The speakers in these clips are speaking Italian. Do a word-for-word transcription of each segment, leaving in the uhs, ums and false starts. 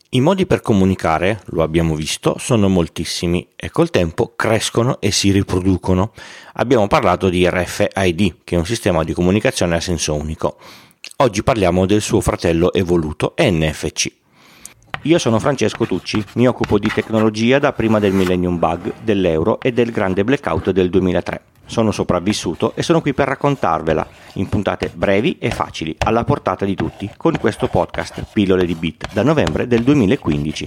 I modi per comunicare, lo abbiamo visto, sono moltissimi e col tempo crescono e si riproducono. Abbiamo parlato di R F I D, che è un sistema di comunicazione a senso unico. Oggi parliamo del suo fratello evoluto N F C. Io sono Francesco Tucci, mi occupo di tecnologia da prima del Millennium Bug, dell'euro e del grande blackout del duemilatré. Sono sopravvissuto e sono qui per raccontarvela, in puntate brevi e facili, alla portata di tutti, con questo podcast Pillole di Bit, da novembre del duemilaquindici.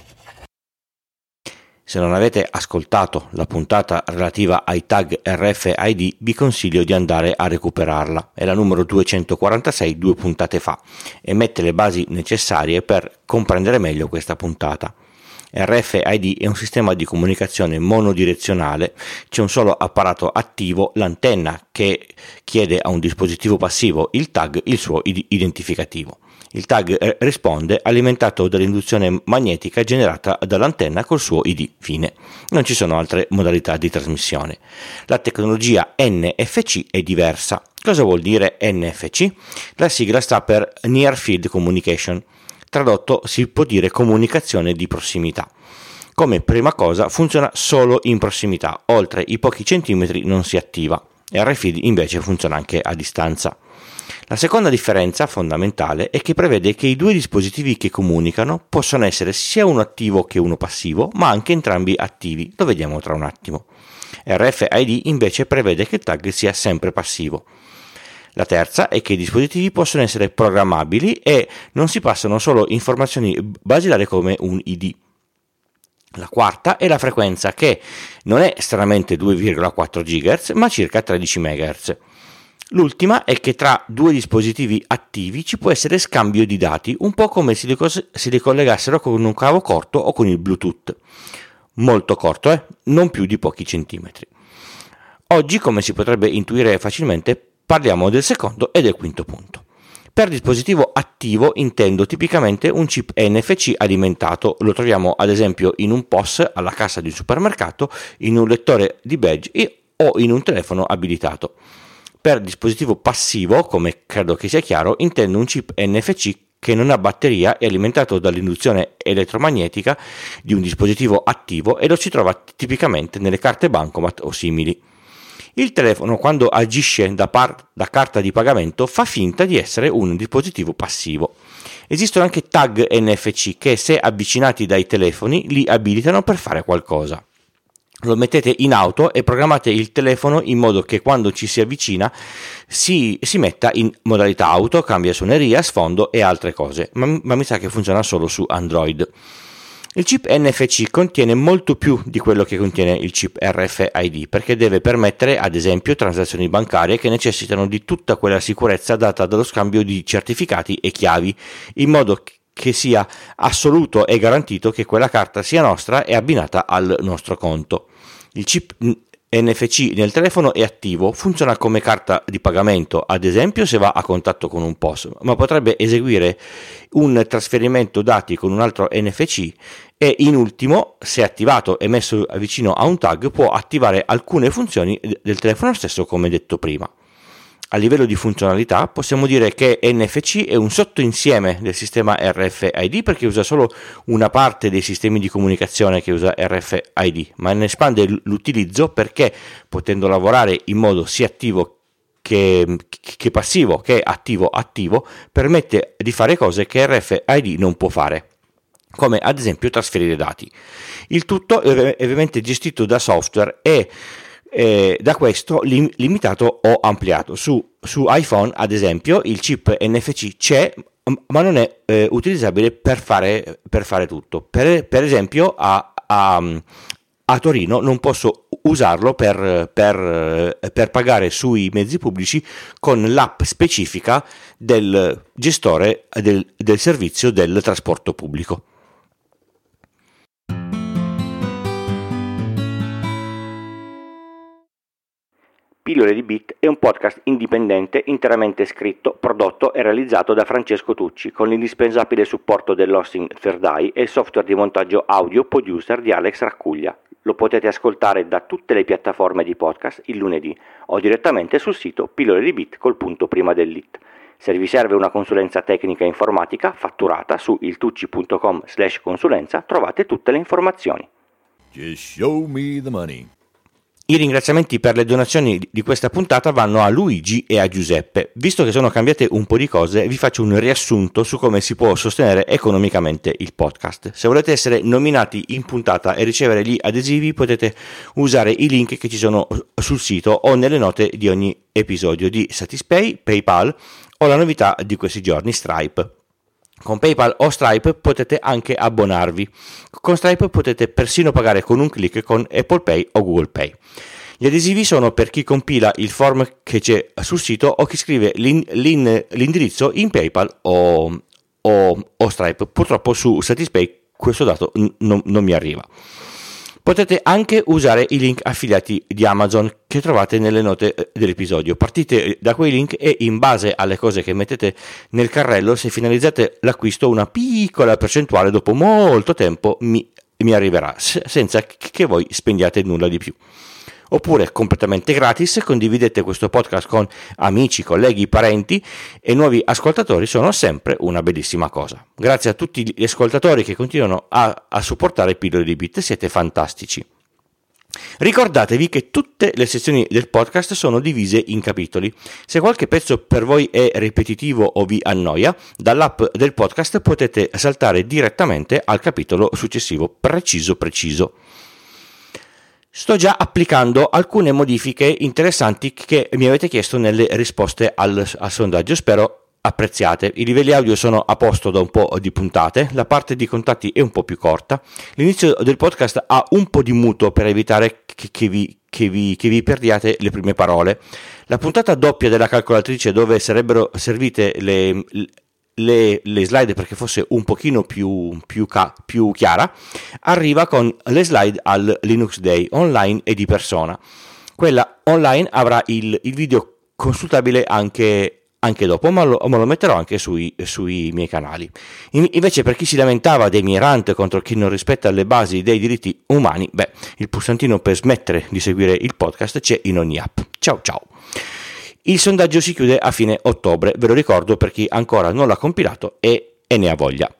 Se non avete ascoltato la puntata relativa ai tag R F I D, vi consiglio di andare a recuperarla. È la numero duecentoquarantasei, due puntate fa, e mette le basi necessarie per comprendere meglio questa puntata. R F I D è un sistema di comunicazione monodirezionale, c'è un solo apparato attivo, l'antenna, che chiede a un dispositivo passivo, il tag, il suo identificativo. Il tag risponde alimentato dall'induzione magnetica generata dall'antenna col suo I D, fine. Non ci sono altre modalità di trasmissione. La tecnologia N F C è diversa. Cosa vuol dire N F C? La sigla sta per Near Field Communication. Tradotto si può dire comunicazione di prossimità. Come prima cosa funziona solo in prossimità, oltre i pochi centimetri non si attiva. R F I D invece funziona anche a distanza. La seconda differenza fondamentale è che prevede che i due dispositivi che comunicano possono essere sia uno attivo che uno passivo, ma anche entrambi attivi, lo vediamo tra un attimo. R F I D invece prevede che il tag sia sempre passivo. La terza è che i dispositivi possono essere programmabili e non si passano solo informazioni basilari come un I D. La quarta è la frequenza, che non è stranamente due virgola quattro gigahertz ma circa tredici megahertz. L'ultima è che tra due dispositivi attivi ci può essere scambio di dati, un po' come se li, cos- se li collegassero con un cavo corto o con il Bluetooth. Molto corto, eh? Non più di pochi centimetri. Oggi, come si potrebbe intuire facilmente, parliamo del secondo e del quinto punto. Per dispositivo attivo intendo tipicamente un chip N F C alimentato. Lo troviamo ad esempio in un P O S alla cassa di un supermercato, in un lettore di badge e, o in un telefono abilitato. Per dispositivo passivo, come credo che sia chiaro, intendo un chip N F C che non ha batteria, è alimentato dall'induzione elettromagnetica di un dispositivo attivo e lo si trova tipicamente nelle carte bancomat o simili. Il telefono, quando agisce da, par- da carta di pagamento, fa finta di essere un dispositivo passivo. Esistono anche tag N F C che, se avvicinati dai telefoni, li abilitano per fare qualcosa. Lo mettete in auto e programmate il telefono in modo che quando ci si avvicina si, si metta in modalità auto, cambia suoneria, sfondo e altre cose, ma, ma mi sa che funziona solo su Android. Il chip N F C contiene molto più di quello che contiene il chip R F I D, perché deve permettere ad esempio transazioni bancarie che necessitano di tutta quella sicurezza data dallo scambio di certificati e chiavi, in modo che sia assoluto e garantito che quella carta sia nostra e abbinata al nostro conto. Il chip N F C nel telefono è attivo, funziona come carta di pagamento, ad esempio se va a contatto con un P O S, ma potrebbe eseguire un trasferimento dati con un altro N F C e, in ultimo, se attivato e messo vicino a un tag, può attivare alcune funzioni del telefono stesso, come detto prima. A livello di funzionalità possiamo dire che N F C è un sottoinsieme del sistema R F I D, perché usa solo una parte dei sistemi di comunicazione che usa R F I D, ma ne espande l'utilizzo perché, potendo lavorare in modo sia attivo che, che passivo che attivo-attivo, permette di fare cose che R F I D non può fare, come ad esempio trasferire dati. Il tutto è ovviamente gestito da software e Eh, da questo lim- limitato o ampliato. Su, su iPhone, ad esempio, il chip N F C c'è, ma non è eh, utilizzabile per fare, per fare tutto. Per, per esempio, a, a, a Torino non posso usarlo per, per, per pagare sui mezzi pubblici con l'app specifica del gestore del, del servizio del trasporto pubblico. Pillole di Bit è un podcast indipendente interamente scritto, prodotto e realizzato da Francesco Tucci, con l'indispensabile supporto dell'hosting Third Eye e il software di montaggio audio Producer di Alex Raccuglia. Lo potete ascoltare da tutte le piattaforme di podcast il lunedì o direttamente sul sito Pillole di Bit col punto prima dell'it. Se vi serve una consulenza tecnica informatica fatturata su iltucci.com slash consulenza trovate tutte le informazioni. Just show me the money. I ringraziamenti per le donazioni di questa puntata vanno a Luigi e a Giuseppe. Visto che sono cambiate un po' di cose, vi faccio un riassunto su come si può sostenere economicamente il podcast. Se volete essere nominati in puntata e ricevere gli adesivi, potete usare i link che ci sono sul sito o nelle note di ogni episodio di Satispay, PayPal o la novità di questi giorni, Stripe. Con PayPal o Stripe potete anche abbonarvi. Con Stripe potete persino pagare con un click con Apple Pay o Google Pay. Gli adesivi sono per chi compila il form che c'è sul sito o chi scrive l'in, l'in, l'indirizzo in PayPal o, o, o Stripe. Purtroppo su Satispay questo dato n- non, non mi arriva. Potete anche usare i link affiliati di Amazon che trovate nelle note dell'episodio. Partite da quei link e in base alle cose che mettete nel carrello, se finalizzate l'acquisto, una piccola percentuale dopo molto tempo mi, mi arriverà, senza che voi spendiate nulla di più. Oppure completamente gratis, condividete questo podcast con amici, colleghi, parenti e nuovi ascoltatori, sono sempre una bellissima cosa. Grazie a tutti gli ascoltatori che continuano a, a supportare Pillole di Bit, siete fantastici. Ricordatevi che tutte le sezioni del podcast sono divise in capitoli. Se qualche pezzo per voi è ripetitivo o vi annoia, dall'app del podcast potete saltare direttamente al capitolo successivo, preciso preciso. Sto già applicando alcune modifiche interessanti che mi avete chiesto nelle risposte al, al sondaggio, spero apprezziate. I livelli audio sono a posto da un po' di puntate, la parte di contatti è un po' più corta, l'inizio del podcast ha un po' di muto per evitare che, che, vi, che, vi, che vi perdiate le prime parole. La puntata doppia della calcolatrice, dove sarebbero servite le... Le, le slide perché fosse un pochino più, più, ca, più chiara, arriva con le slide al Linux Day online e di persona. Quella online avrà il, il video consultabile anche, anche dopo, ma lo, ma lo metterò anche sui, sui miei canali. In, invece per chi si lamentava dei miei rant contro chi non rispetta le basi dei diritti umani, beh, il pulsantino per smettere di seguire il podcast c'è in ogni app. Ciao ciao! Il sondaggio si chiude a fine ottobre, ve lo ricordo per chi ancora non l'ha compilato e, e ne ha voglia.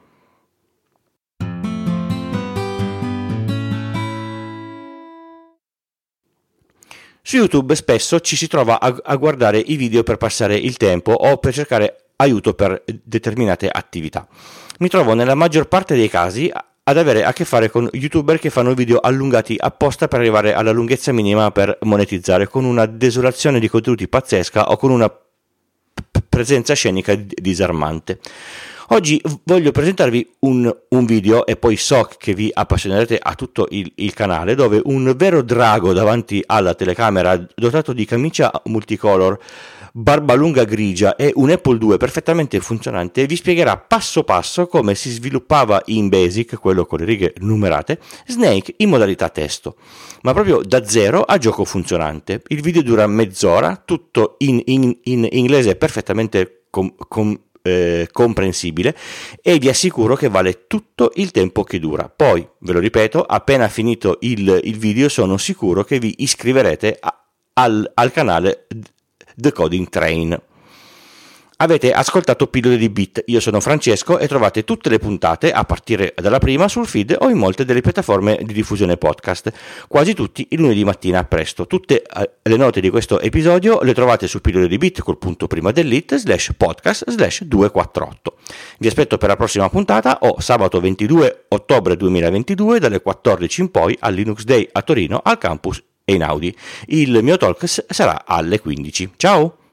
Su YouTube spesso ci si trova a, a guardare i video per passare il tempo o per cercare aiuto per determinate attività. Mi trovo nella maggior parte dei casi ad avere a che fare con youtuber che fanno video allungati apposta per arrivare alla lunghezza minima per monetizzare, con una desolazione di contenuti pazzesca o con una p- presenza scenica disarmante. Oggi voglio presentarvi un, un video, e poi so che vi appassionerete a tutto il, il canale, dove un vero drago davanti alla telecamera, dotato di camicia multicolor, barba lunga grigia e un Apple due perfettamente funzionante, vi spiegherà passo passo come si sviluppava in Basic, quello con le righe numerate, Snake in modalità testo, ma proprio da zero a gioco funzionante. Il video dura mezz'ora, tutto in, in, in inglese perfettamente com, com, eh, comprensibile, e vi assicuro che vale tutto il tempo che dura. Poi, ve lo ripeto, appena finito il, il video sono sicuro che vi iscriverete a, al, al canale The Coding Train. Avete ascoltato Pillole di Bit, io sono Francesco e trovate tutte le puntate a partire dalla prima sul feed o in molte delle piattaforme di diffusione podcast, quasi tutti il lunedì mattina presto. Tutte le note di questo episodio le trovate su Pillole di Bit col punto prima dell'it slash podcast slash duecentoquarantotto. Vi aspetto per la prossima puntata o sabato ventidue ottobre duemilaventidue dalle quattordici in poi al Linux Day a Torino al campus Einaudi. Il mio talk sarà alle quindici. Ciao!